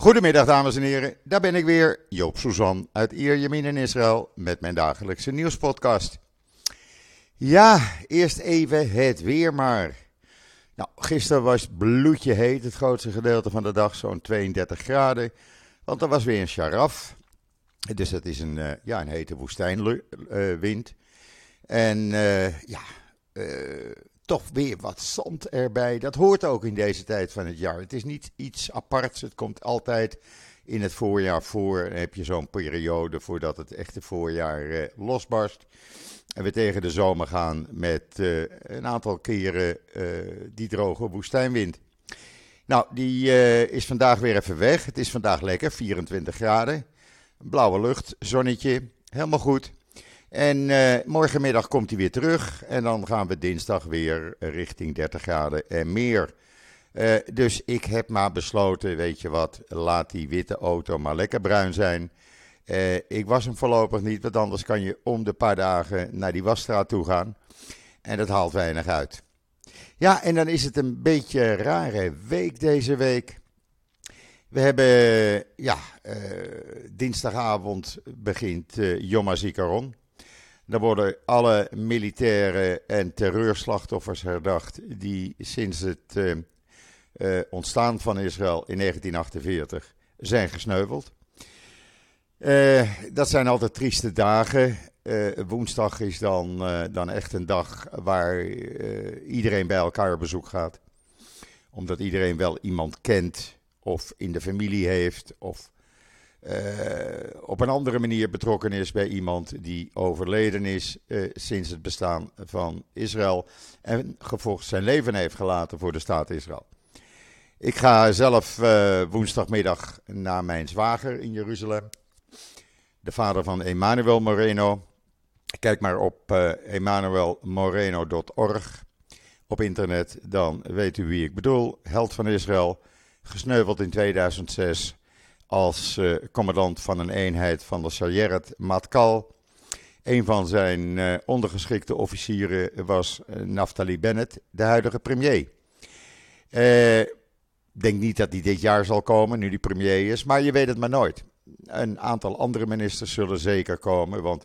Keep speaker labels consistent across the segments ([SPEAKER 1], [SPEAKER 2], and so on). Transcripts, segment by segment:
[SPEAKER 1] Goedemiddag dames en heren, daar ben ik weer, Joop Suzan uit Ierjemien in Israël met mijn dagelijkse nieuwspodcast. Ja, eerst even het weer maar. Nou, gisteren was het bloedje heet, het grootste gedeelte van de dag, zo'n 32 graden. Want er was weer een sharaf, dus het is een hete woestijnwind. En toch weer wat zand erbij. Dat hoort ook in deze tijd van het jaar. Het is niet iets aparts. Het komt altijd in het voorjaar voor. Dan heb je zo'n periode voordat het echte voorjaar losbarst. En we tegen de zomer gaan met een aantal keren die droge woestijnwind. Nou, die is vandaag weer even weg. Het is vandaag lekker, 24 graden. Blauwe lucht, zonnetje, helemaal goed. En morgenmiddag komt hij weer terug en dan gaan we dinsdag weer richting 30 graden en meer. Dus ik heb maar besloten, weet je wat, laat die witte auto maar lekker bruin zijn. Ik was hem voorlopig niet, want anders kan je om de paar dagen naar die wasstraat toe gaan. En dat haalt weinig uit. Ja, en dan is het een beetje een rare week deze week. We hebben, dinsdagavond begint Yom HaZikaron. Dan worden alle militairen en terreurslachtoffers herdacht die sinds het ontstaan van Israël in 1948 zijn gesneuveld. Dat zijn altijd trieste dagen. Woensdag is dan echt een dag waar iedereen bij elkaar op bezoek gaat. Omdat iedereen wel iemand kent of in de familie heeft of op een andere manier betrokken is bij iemand die overleden is sinds het bestaan van Israël en gevolgd zijn leven heeft gelaten voor de staat Israël. Ik ga zelf woensdagmiddag naar mijn zwager in Jeruzalem, de vader van Emmanuel Moreno. Kijk maar op emmanuelmoreno.org op internet, dan weet u wie ik bedoel. Held van Israël, gesneuveld in 2006 als commandant van een eenheid van de Sayeret Matkal. Een van zijn ondergeschikte officieren was Naftali Bennett, de huidige premier. Denk niet dat hij dit jaar zal komen, nu hij premier is, maar je weet het maar nooit. Een aantal andere ministers zullen zeker komen, want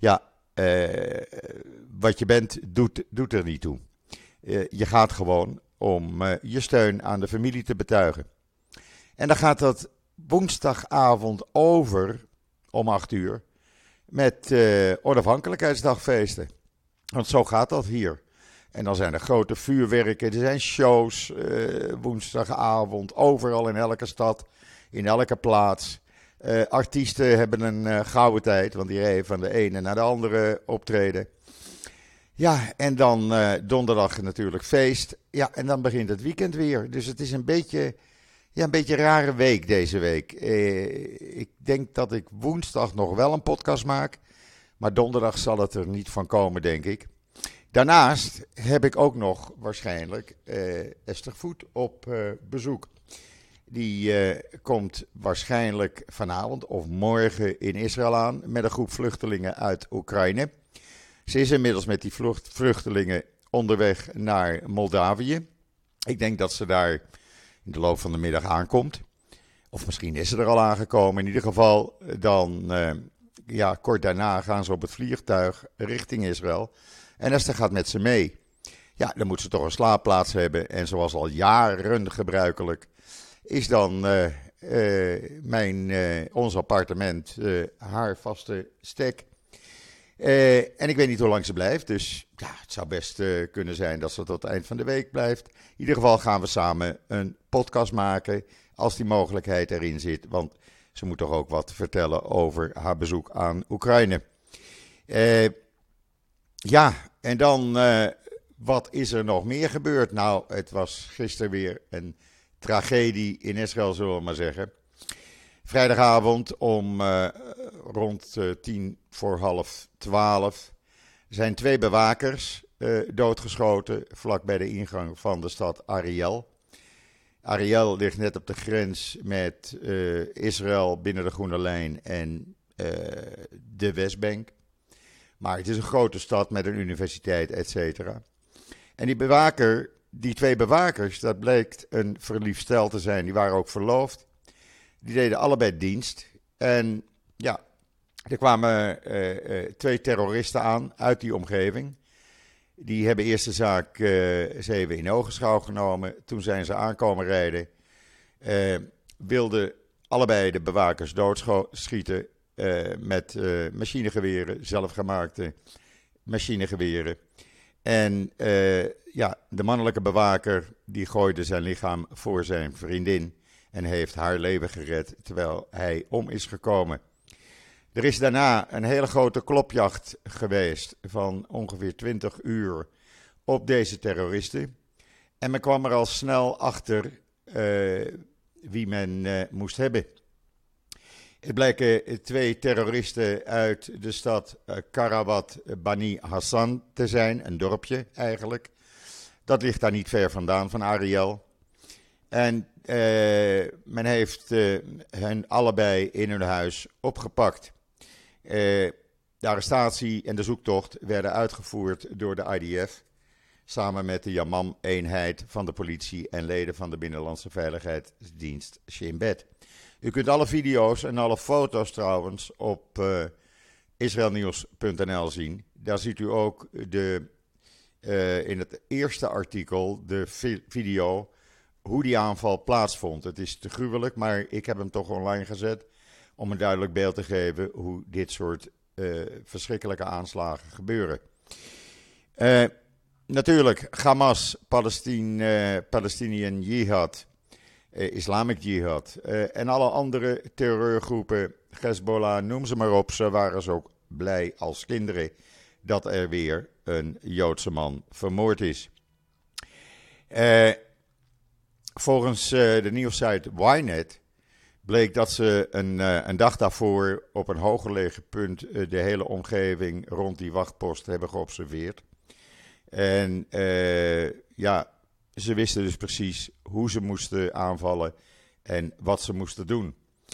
[SPEAKER 1] wat je bent doet er niet toe. Je gaat gewoon om je steun aan de familie te betuigen. En dan gaat dat woensdagavond over om 8 uur met onafhankelijkheidsdagfeesten. Want zo gaat dat hier. En dan zijn er grote vuurwerken, er zijn shows woensdagavond, overal in elke stad, in elke plaats. Artiesten hebben een gouden tijd, want die rijden van de ene naar de andere optreden. Ja, en dan donderdag natuurlijk feest. Ja, en dan begint het weekend weer. Dus het is een beetje een rare week deze week. Ik denk dat ik woensdag nog wel een podcast maak. Maar donderdag zal het er niet van komen, denk ik. Daarnaast heb ik ook nog waarschijnlijk Esther Voet op bezoek. Die komt waarschijnlijk vanavond of morgen in Israël aan met een groep vluchtelingen uit Oekraïne. Ze is inmiddels met die vluchtelingen onderweg naar Moldavië. Ik denk dat ze daar in de loop van de middag aankomt. Of misschien is ze er al aangekomen. In ieder geval, dan kort daarna gaan ze op het vliegtuig richting Israël. En Esther gaat met ze mee. Ja, dan moet ze toch een slaapplaats hebben. En zoals al jaren gebruikelijk is dan ons appartement haar vaste stek. En ik weet niet hoe lang ze blijft, dus ja, het zou best kunnen zijn dat ze tot het eind van de week blijft. In ieder geval gaan we samen een podcast maken, als die mogelijkheid erin zit. Want ze moet toch ook wat vertellen over haar bezoek aan Oekraïne. En dan, wat is er nog meer gebeurd? Nou, het was gisteren weer een tragedie in Israël, zullen we maar zeggen. Vrijdagavond om rond 11:50 zijn 2 bewakers doodgeschoten vlak bij de ingang van de stad Ariel. Ariel ligt net op de grens met Israël binnen de Groene Lijn en de Westbank. Maar het is een grote stad met een universiteit, et cetera. En die 2 bewakers, dat bleek een verliefd stel te zijn. Die waren ook verloofd. Die deden allebei dienst. En ja, er kwamen 2 terroristen aan uit die omgeving. Die hebben eerst de zaak ze even in ogenschouw genomen. Toen zijn ze aankomen rijden. Wilden allebei de bewakers doodschieten met machinegeweren, zelfgemaakte machinegeweren. En ja, de mannelijke bewaker die gooide zijn lichaam voor zijn vriendin en heeft haar leven gered terwijl hij om is gekomen. Er is daarna een hele grote klopjacht geweest van ongeveer 20 uur op deze terroristen. En men kwam er al snel achter wie men moest hebben. Het blijken 2 terroristen uit de stad Karawat Bani Hassan te zijn, een dorpje eigenlijk. Dat ligt daar niet ver vandaan van Ariel. En men heeft hen allebei in hun huis opgepakt. De arrestatie en de zoektocht werden uitgevoerd door de IDF, samen met de Yamam-eenheid van de politie en leden van de Binnenlandse Veiligheidsdienst Shin Bet. U kunt alle video's en alle foto's trouwens op israelnieuws.nl zien. Daar ziet u ook in het eerste artikel de video hoe die aanval plaatsvond. Het is te gruwelijk, maar ik heb hem toch online gezet om een duidelijk beeld te geven hoe dit soort verschrikkelijke aanslagen gebeuren. Natuurlijk, Hamas, Palestinian Jihad, Islamic Jihad en alle andere terreurgroepen, Hezbollah, noem ze maar op. Ze waren zo blij als kinderen dat er weer een Joodse man vermoord is. Volgens de nieuwssite Ynet bleek dat ze een dag daarvoor op een hooggelegen punt de hele omgeving rond die wachtpost hebben geobserveerd. En ja, ze wisten dus precies hoe ze moesten aanvallen en wat ze moesten doen.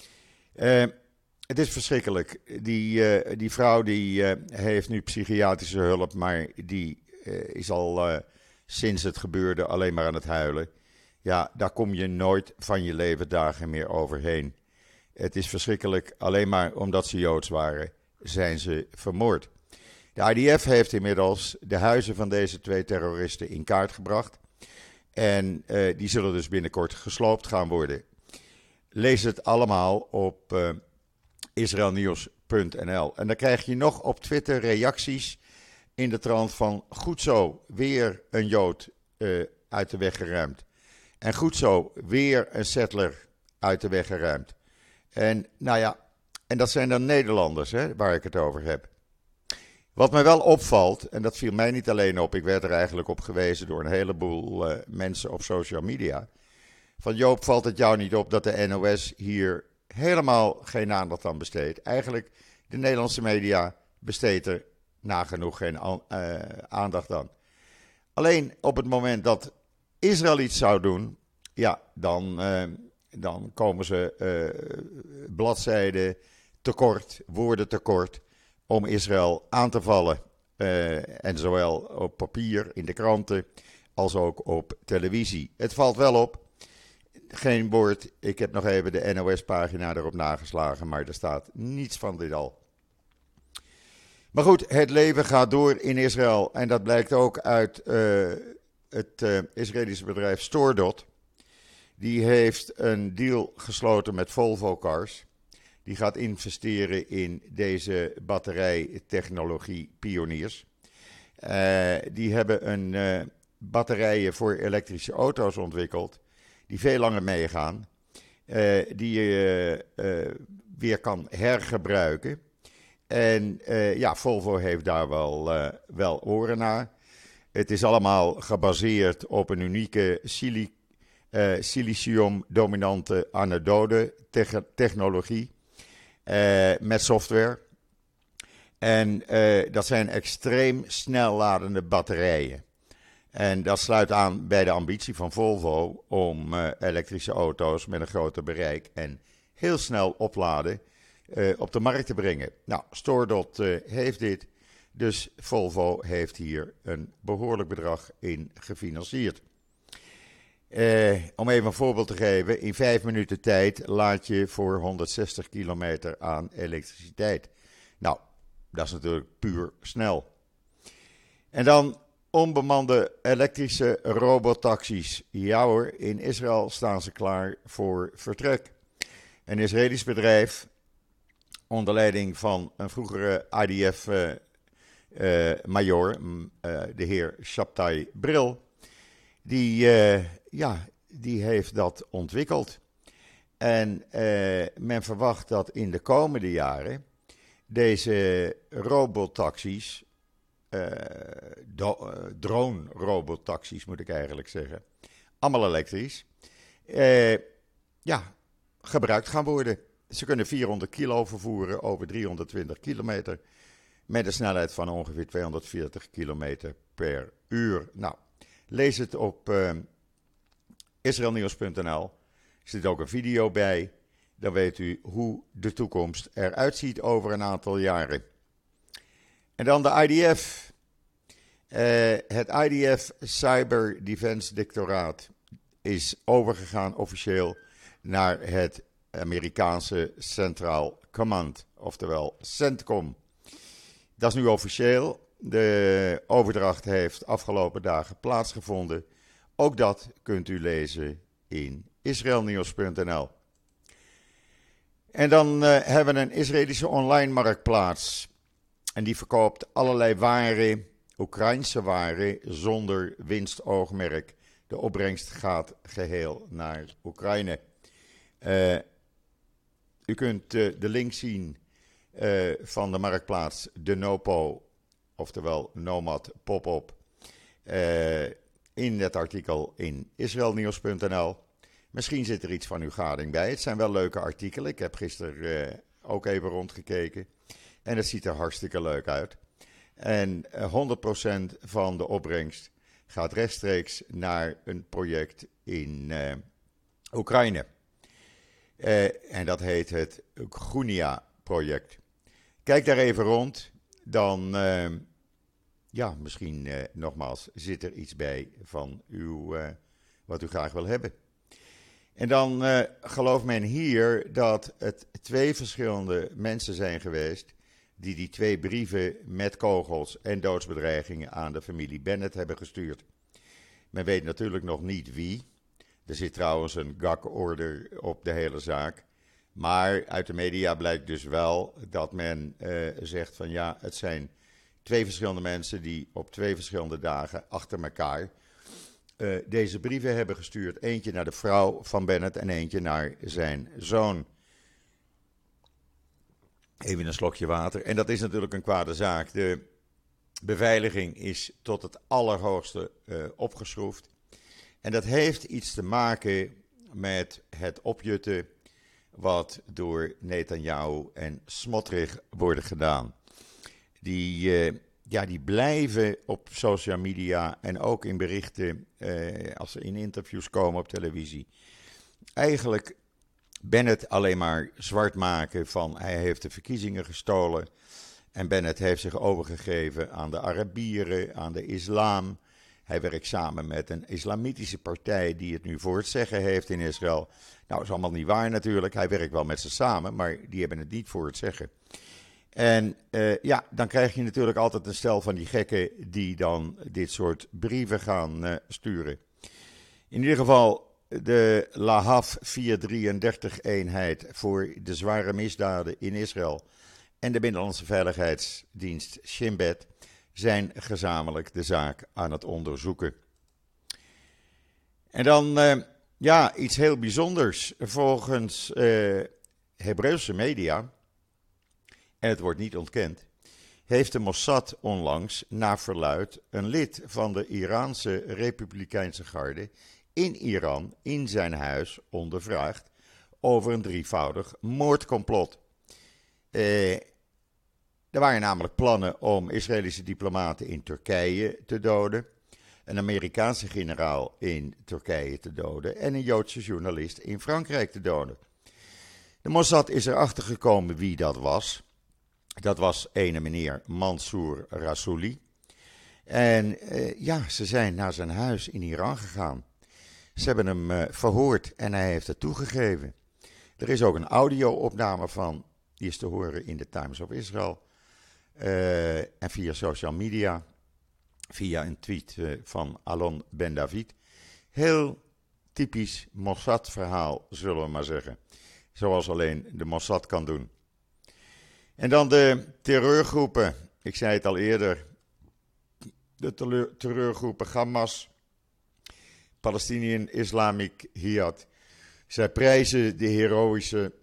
[SPEAKER 1] Het is verschrikkelijk. Die vrouw die heeft nu psychiatrische hulp, maar die is al sinds het gebeurde alleen maar aan het huilen. Ja, daar kom je nooit van je levensdagen meer overheen. Het is verschrikkelijk, alleen maar omdat ze Joods waren, zijn ze vermoord. De IDF heeft inmiddels de huizen van deze 2 terroristen in kaart gebracht. En die zullen dus binnenkort gesloopt gaan worden. Lees het allemaal op israelnieuws.nl. En dan krijg je nog op Twitter reacties in de trant van goed zo, weer een Jood uit de weg geruimd. En goed zo, weer een settler uit de weg geruimd. En nou ja, en dat zijn dan Nederlanders waar ik het over heb. Wat mij wel opvalt, en dat viel mij niet alleen op, ik werd er eigenlijk op gewezen door een heleboel mensen op social media. Van Joop, valt het jou niet op dat de NOS hier helemaal geen aandacht aan besteedt? Eigenlijk, de Nederlandse media besteedt er nagenoeg geen aandacht aan. Alleen op het moment dat Israël iets zou doen, ja, dan komen ze bladzijden tekort, woorden tekort om Israël aan te vallen. En zowel op papier, in de kranten, als ook op televisie. Het valt wel op. Geen woord. Ik heb nog even de NOS-pagina erop nageslagen, maar er staat niets van dit al. Maar goed, het leven gaat door in Israël. En dat blijkt ook uit het Israëlische bedrijf StoreDot. Die heeft een deal gesloten met Volvo Cars. Die gaat investeren in deze batterijtechnologie pioniers. Die hebben een batterijen voor elektrische auto's ontwikkeld. Die veel langer meegaan. Die je weer kan hergebruiken. En ja, Volvo heeft daar wel oren naar. Het is allemaal gebaseerd op een unieke silicium-dominante anode technologie. Met software. En dat zijn extreem snel ladende batterijen. En dat sluit aan bij de ambitie van Volvo om elektrische auto's met een groter bereik en heel snel opladen op de markt te brengen. Nou, StoreDot heeft dit, dus Volvo heeft hier een behoorlijk bedrag in gefinancierd. Om even een voorbeeld te geven, in 5 minuten tijd laad je voor 160 kilometer aan elektriciteit. Nou, dat is natuurlijk puur snel. En dan onbemande elektrische robotaxis. Ja hoor, in Israël staan ze klaar voor vertrek. Een Israëlisch bedrijf, onder leiding van een vroegere IDF-major, de heer Shabtai Bril, die heeft dat ontwikkeld. En men verwacht dat in de komende jaren deze robotaxis, drone-robotaxis moet ik eigenlijk zeggen, allemaal elektrisch, gebruikt gaan worden. Ze kunnen 400 kilo vervoeren over 320 kilometer met een snelheid van ongeveer 240 kilometer per uur. Nou, lees het op israelnieuws.nl. Er zit ook een video bij. Dan weet u hoe de toekomst eruit ziet over een aantal jaren. En dan de IDF. Het IDF Cyber Defense Directoraat is overgegaan officieel naar het Amerikaanse Central Command, oftewel CENTCOM. Dat is nu officieel. De overdracht heeft afgelopen dagen plaatsgevonden. Ook dat kunt u lezen in israelnieuws.nl. En dan hebben we een Israëlische online marktplaats. En die verkoopt allerlei waren, Oekraïnse waren, zonder winstoogmerk. De opbrengst gaat geheel naar Oekraïne. U kunt de link zien van de marktplaats de Nopo, oftewel Nomad Pop-up, in het artikel in israelnieuws.nl. Misschien zit er iets van uw gading bij. Het zijn wel leuke artikelen. Ik heb gisteren ook even rondgekeken. En het ziet er hartstikke leuk uit. En 100% van de opbrengst gaat rechtstreeks naar een project in Oekraïne. En dat heet het Groenia-project. Kijk daar even rond. Dan, misschien nogmaals, zit er iets bij van wat u graag wil hebben. En dan gelooft men hier dat het 2 verschillende mensen zijn geweest die 2 brieven met kogels en doodsbedreigingen aan de familie Bennett hebben gestuurd. Men weet natuurlijk nog niet wie. Er zit trouwens een gag-order op de hele zaak. Maar uit de media blijkt dus wel dat men zegt van ja, het zijn 2 verschillende mensen die op 2 verschillende dagen achter elkaar deze brieven hebben gestuurd. Eentje naar de vrouw van Bennett en eentje naar zijn zoon. Even een slokje water. En dat is natuurlijk een kwade zaak. De beveiliging is tot het allerhoogste opgeschroefd. En dat heeft iets te maken met het opjutten wat door Netanyahu en Smotrich worden gedaan. Die blijven op social media en ook in berichten, als ze in interviews komen op televisie, eigenlijk Bennett alleen maar zwart maken van hij heeft de verkiezingen gestolen. En Bennett heeft zich overgegeven aan de Arabieren, aan de islam. Hij werkt samen met een islamitische partij die het nu voor het zeggen heeft in Israël. Nou, dat is allemaal niet waar natuurlijk. Hij werkt wel met ze samen, maar die hebben het niet voor het zeggen. En dan krijg je natuurlijk altijd een stel van die gekken die dan dit soort brieven gaan sturen. In ieder geval de Lahav 433-eenheid voor de zware misdaden in Israël en de Binnenlandse Veiligheidsdienst Shin Bet zijn gezamenlijk de zaak aan het onderzoeken. En dan iets heel bijzonders. Volgens Hebreeuwse media, en het wordt niet ontkend, heeft de Mossad onlangs naar verluidt een lid van de Iraanse Republikeinse Garde in Iran in zijn huis ondervraagd over een 3-voudig moordcomplot. Er waren namelijk plannen om Israëlische diplomaten in Turkije te doden, een Amerikaanse generaal in Turkije te doden en een Joodse journalist in Frankrijk te doden. De Mossad is erachter gekomen wie dat was. Dat was ene meneer Mansour Rassouli. En ze zijn naar zijn huis in Iran gegaan. Ze hebben hem verhoord en hij heeft het toegegeven. Er is ook een audio-opname van, die is te horen in de Times of Israel. En via social media, via een tweet van Alon Ben David. Heel typisch Mossad-verhaal, zullen we maar zeggen. Zoals alleen de Mossad kan doen. En dan de terreurgroepen. Ik zei het al eerder. De terreurgroepen Hamas, Palestinian Islamic Jihad. Zij prijzen de heroïsche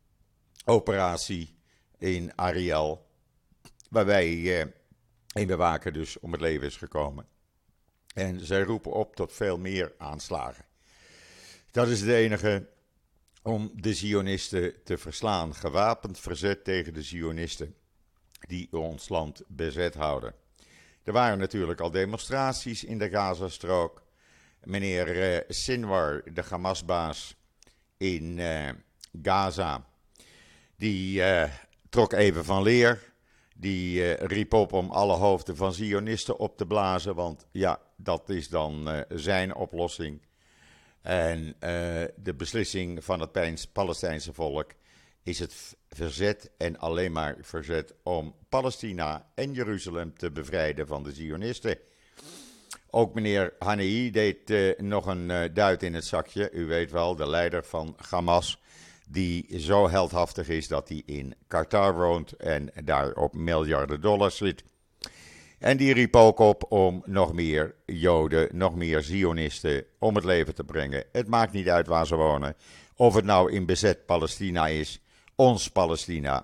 [SPEAKER 1] operatie in Ariel, waarbij een bewaker dus om het leven is gekomen. En zij roepen op tot veel meer aanslagen. Dat is het enige om de Zionisten te verslaan. Gewapend verzet tegen de Zionisten die ons land bezet houden. Er waren natuurlijk al demonstraties in de Gazastrook. Meneer Sinwar, de Hamasbaas in Gaza, die trok even van leer. Die riep op om alle hoofden van Zionisten op te blazen, want ja, dat is dan zijn oplossing. En de beslissing van het Palestijnse volk is het verzet en alleen maar verzet om Palestina en Jeruzalem te bevrijden van de Zionisten. Ook meneer Hanei deed nog een duit in het zakje. U weet wel, de leider van Hamas, die zo heldhaftig is dat hij in Qatar woont en daar op miljarden dollars zit. En die riep ook op om nog meer Joden, nog meer Zionisten om het leven te brengen. Het maakt niet uit waar ze wonen. Of het nou in bezet Palestina is, ons Palestina,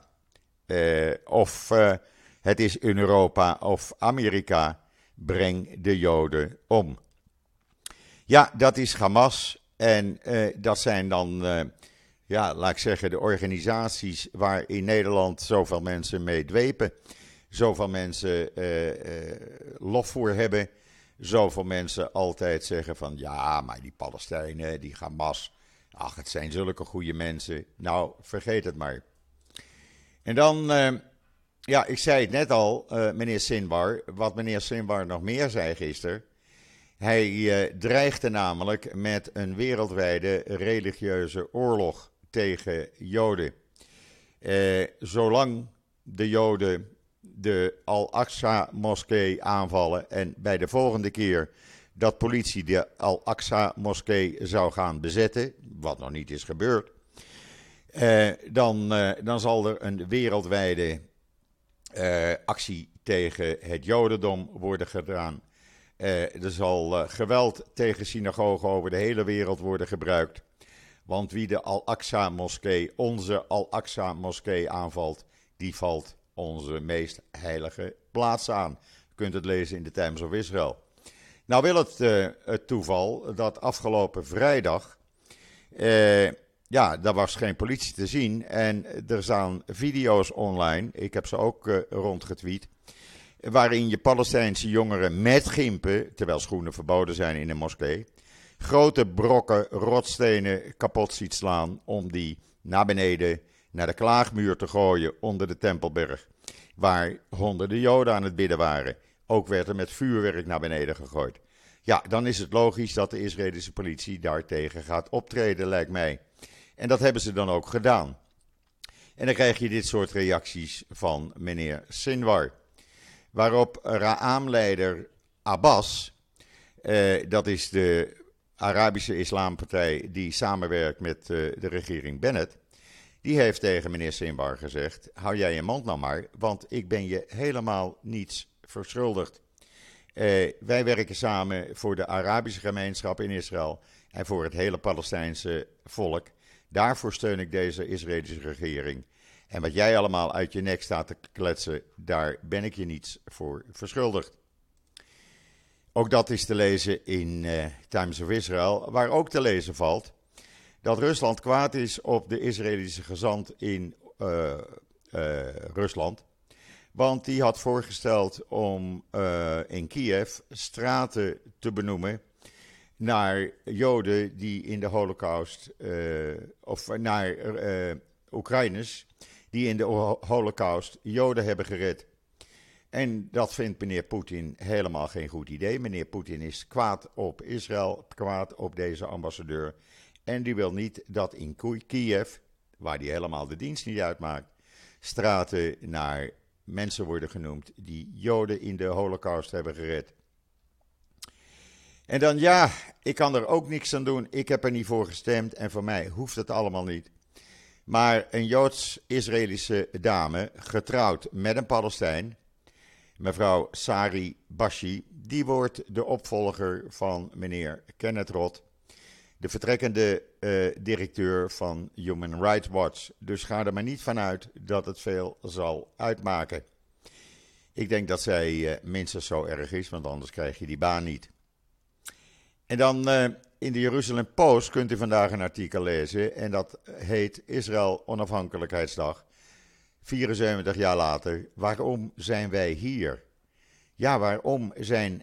[SPEAKER 1] of het is in Europa of Amerika, breng de Joden om. Ja, dat is Hamas en dat zijn dan, laat ik zeggen, de organisaties waar in Nederland zoveel mensen mee dwepen. Zoveel mensen lof voor hebben. Zoveel mensen altijd zeggen van ja, maar die Palestijnen, die Hamas, ach, het zijn zulke goede mensen. Nou, vergeet het maar. En dan, ik zei het net al, meneer Sinwar, wat meneer Sinwar nog meer zei gisteren. Hij dreigde namelijk met een wereldwijde religieuze oorlog tegen Joden. Zolang de Joden de Al-Aqsa-moskee aanvallen en bij de volgende keer dat politie de Al-Aqsa-moskee zou gaan bezetten, wat nog niet is gebeurd, dan zal er een wereldwijde actie tegen het Jodendom worden gedaan. Er zal geweld tegen synagogen over de hele wereld worden gebruikt. Want wie de Al-Aqsa-moskee, onze Al-Aqsa-moskee aanvalt, die valt onze meest heilige plaats aan. Je kunt het lezen in de Times of Israel. Nou wil het toeval dat afgelopen vrijdag, daar was geen politie te zien en er staan video's online, ik heb ze ook rondgetweet, waarin je Palestijnse jongeren met gimpen, terwijl schoenen verboden zijn in een moskee, grote brokken rotstenen kapot ziet slaan om die naar beneden, naar de klaagmuur te gooien onder de Tempelberg, waar honderden Joden aan het bidden waren. Ook werd er met vuurwerk naar beneden gegooid. Ja, dan is het logisch dat de Israëlische politie daartegen gaat optreden, lijkt mij. En dat hebben ze dan ook gedaan. En dan krijg je dit soort reacties van meneer Sinwar. Waarop Ra'am-leider Abbas, dat is de Arabische Islampartij die samenwerkt met de regering Bennett, die heeft tegen meneer Sinwar gezegd, hou jij je mond nou maar, want ik ben je helemaal niets verschuldigd. Wij werken samen voor de Arabische gemeenschap in Israël en voor het hele Palestijnse volk. Daarvoor steun ik deze Israëlische regering. En wat jij allemaal uit je nek staat te kletsen, daar ben ik je niets voor verschuldigd. Ook dat is te lezen in Times of Israel, waar ook te lezen valt dat Rusland kwaad is op de Israëlische gezant in Rusland. Want die had voorgesteld om in Kiev straten te benoemen naar Joden die in de Holocaust, of naar Oekraïners die in de Holocaust Joden hebben gered. En dat vindt meneer Poetin helemaal geen goed idee. Meneer Poetin is kwaad op Israël, kwaad op deze ambassadeur. En die wil niet dat in Kiev, waar die helemaal de dienst niet uitmaakt, straten naar mensen worden genoemd die Joden in de Holocaust hebben gered. En dan ja, ik kan er ook niks aan doen. Ik heb er niet voor gestemd en voor mij hoeft het allemaal niet. Maar een Joods-Israëlische dame, getrouwd met een Palestijn, mevrouw Sari Bashi, die wordt de opvolger van meneer Kenneth Roth, de vertrekkende directeur van Human Rights Watch. Dus ga er maar niet vanuit dat het veel zal uitmaken. Ik denk dat zij minstens zo erg is, want anders krijg je die baan niet. En dan in de Jeruzalem Post kunt u vandaag een artikel lezen en dat heet Israël Onafhankelijkheidsdag. 74 jaar later, waarom zijn wij hier? Ja, waarom zijn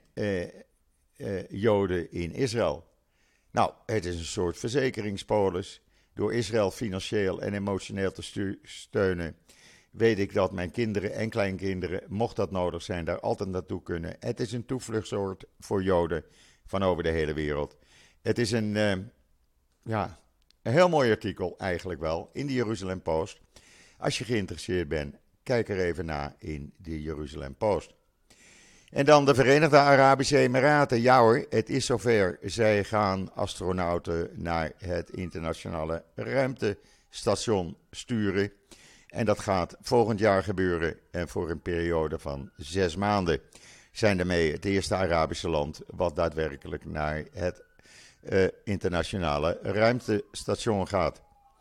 [SPEAKER 1] Joden in Israël? Nou, het is een soort verzekeringspolis. Door Israël financieel en emotioneel te steunen, weet ik dat mijn kinderen en kleinkinderen, mocht dat nodig zijn, daar altijd naartoe kunnen. Het is een toevluchtsoord voor Joden van over de hele wereld. Het is een heel mooi artikel eigenlijk wel in de Jeruzalem Post. Als je geïnteresseerd bent, kijk er even naar in de Jeruzalem Post. En dan de Verenigde Arabische Emiraten. Ja hoor, het is zover. Zij gaan astronauten naar het internationale ruimtestation sturen. En dat gaat volgend jaar gebeuren en voor een periode van 6 maanden. Zijn daarmee het eerste Arabische land wat daadwerkelijk naar het internationale ruimtestation gaat.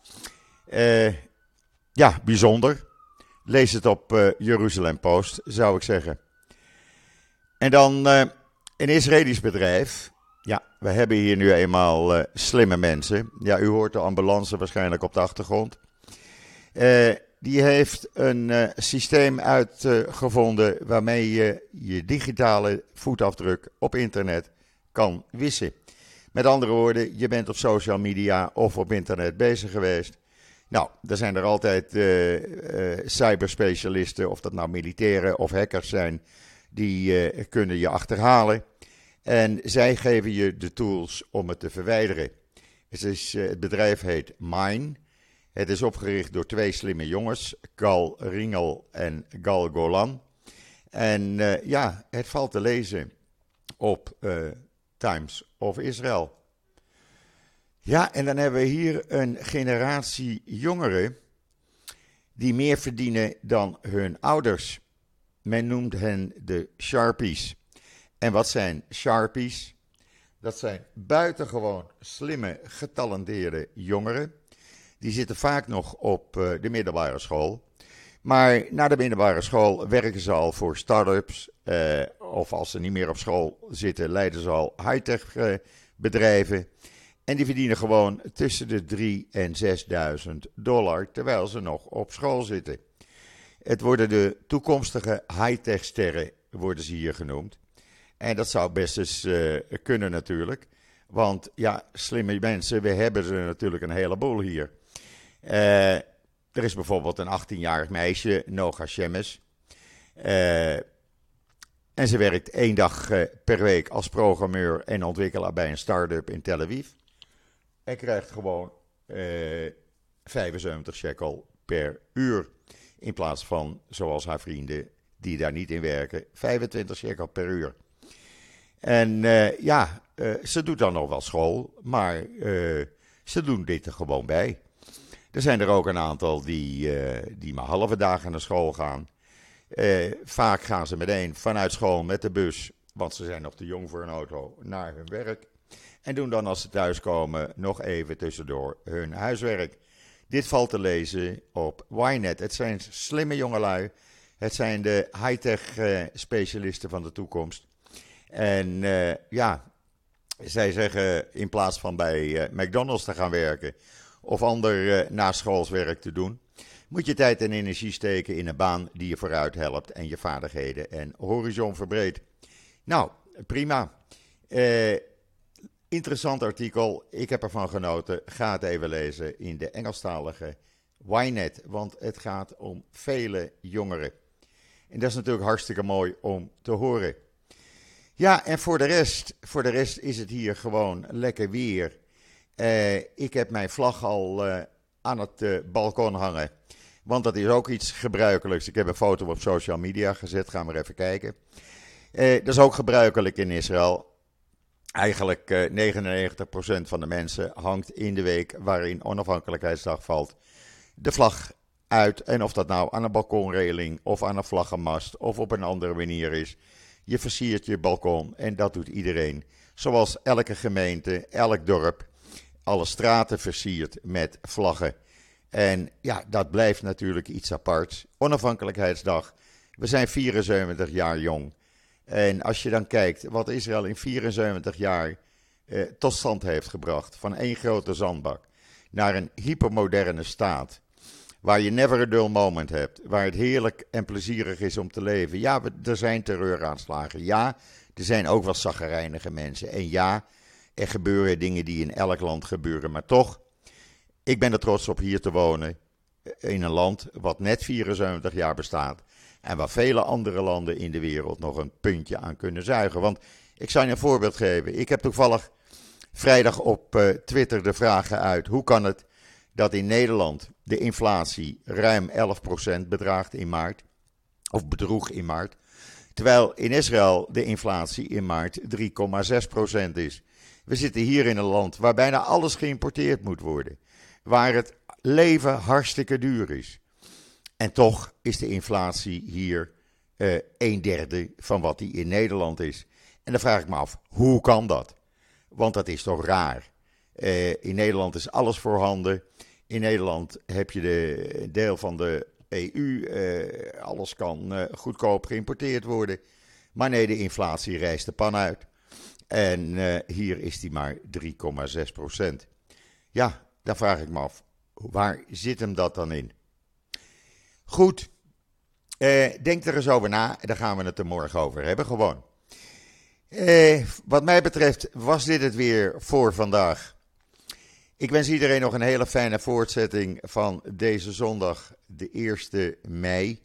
[SPEAKER 1] Ja, bijzonder. Lees het op Jeruzalem Post, zou ik zeggen. En dan een Israëlisch bedrijf. Ja, we hebben hier nu eenmaal slimme mensen. Ja, u hoort de ambulance waarschijnlijk op de achtergrond. Die heeft een systeem uitgevonden waarmee je je digitale voetafdruk op internet kan wissen. Met andere woorden, je bent op social media of op internet bezig geweest. Nou, er zijn er altijd cyberspecialisten, of dat nou militairen of hackers zijn, die kunnen je achterhalen. En zij geven je de tools om het te verwijderen. Het bedrijf heet Mine. Het is opgericht door 2 slimme jongens, Gal Ringel en Gal Golan. En het valt te lezen op Times of Israel. Ja, en dan hebben we hier een generatie jongeren die meer verdienen dan hun ouders. Men noemt hen de Sharpies. En wat zijn Sharpies? Dat zijn buitengewoon slimme, getalenteerde jongeren. Die zitten vaak nog op de middelbare school. Maar na de middelbare school werken ze al voor start-ups. Of als ze niet meer op school zitten, leiden ze al high-tech bedrijven. En die verdienen gewoon tussen de $3.000 en $6.000 terwijl ze nog op school zitten. Het worden de toekomstige high-tech sterren, worden ze hier genoemd. En dat zou best eens kunnen natuurlijk. Want ja, slimme mensen, we hebben ze natuurlijk een heleboel hier. Er is bijvoorbeeld een 18-jarig meisje, Noga Shemes. En ze werkt 1 dag per week als programmeur en ontwikkelaar bij een start-up in Tel Aviv. En krijgt gewoon 75 shekel per uur. In plaats van, zoals haar vrienden die daar niet in werken, 25 shekel per uur. En ze doet dan nog wel school, maar ze doen dit er gewoon bij. Er zijn er ook een aantal die maar halve dagen naar school gaan. Vaak gaan ze meteen vanuit school met de bus, want ze zijn nog te jong voor een auto, naar hun werk. En doen dan als ze thuiskomen nog even tussendoor hun huiswerk. Dit valt te lezen op Ynet. Het zijn slimme jongelui. Het zijn de high-tech specialisten van de toekomst. En zij zeggen in plaats van bij McDonald's te gaan werken of ander naschools te doen, moet je tijd en energie steken in een baan die je vooruit helpt en je vaardigheden en horizon verbreedt. Nou, prima. Interessant artikel. Ik heb ervan genoten. Ga het even lezen in de Engelstalige Ynet, want het gaat om vele jongeren. En dat is natuurlijk hartstikke mooi om te horen. Ja, en voor de rest is het hier gewoon lekker weer. Ik heb mijn vlag al aan het balkon hangen. Want dat is ook iets gebruikelijks. Ik heb een foto op social media gezet. Ga maar even kijken. Dat is ook gebruikelijk in Israël. Eigenlijk 99% van de mensen hangt in de week waarin onafhankelijkheidsdag valt de vlag uit. En of dat nou aan een balkonreling of aan een vlaggenmast of op een andere manier is. Je versiert je balkon en dat doet iedereen. Zoals elke gemeente, elk dorp, alle straten versiert met vlaggen. En ja, dat blijft natuurlijk iets aparts. Onafhankelijkheidsdag. We zijn 74 jaar jong. En als je dan kijkt wat Israël in 74 jaar tot stand heeft gebracht. Van één grote zandbak naar een hypermoderne staat. Waar je never a dull moment hebt. Waar het heerlijk en plezierig is om te leven. Ja, er zijn terreuraanslagen. Ja, er zijn ook wel chagrijnige mensen. En ja, er gebeuren dingen die in elk land gebeuren. Maar toch, ik ben er trots op hier te wonen. In een land wat net 74 jaar bestaat. En waar vele andere landen in de wereld nog een puntje aan kunnen zuigen. Want ik zal je een voorbeeld geven. Ik heb toevallig vrijdag op Twitter de vragen uit. Hoe kan het dat in Nederland de inflatie ruim 11% bedraagt in maart? Of bedroeg in maart. Terwijl in Israël de inflatie in maart 3,6% is. We zitten hier in een land waar bijna alles geïmporteerd moet worden. Waar het leven hartstikke duur is. En toch is de inflatie hier een derde van wat die in Nederland is. En dan vraag ik me af, hoe kan dat? Want dat is toch raar. In Nederland is alles voorhanden. In Nederland heb je de deel van de EU. Alles kan goedkoop geïmporteerd worden. Maar nee, de inflatie rijst de pan uit. En hier is die maar 3,6%. Ja, dan vraag ik me af, waar zit hem dat dan in? Goed, denk er eens over na. Daar gaan we het er morgen over hebben, gewoon. Wat mij betreft was dit het weer voor vandaag. Ik wens iedereen nog een hele fijne voortzetting van deze zondag, de 1e mei.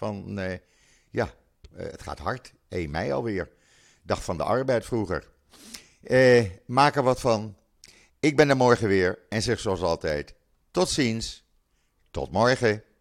[SPEAKER 1] Het gaat hard, 1 mei alweer. Dag van de arbeid vroeger. Maak er wat van. Ik ben er morgen weer en zeg zoals altijd, tot ziens, tot morgen.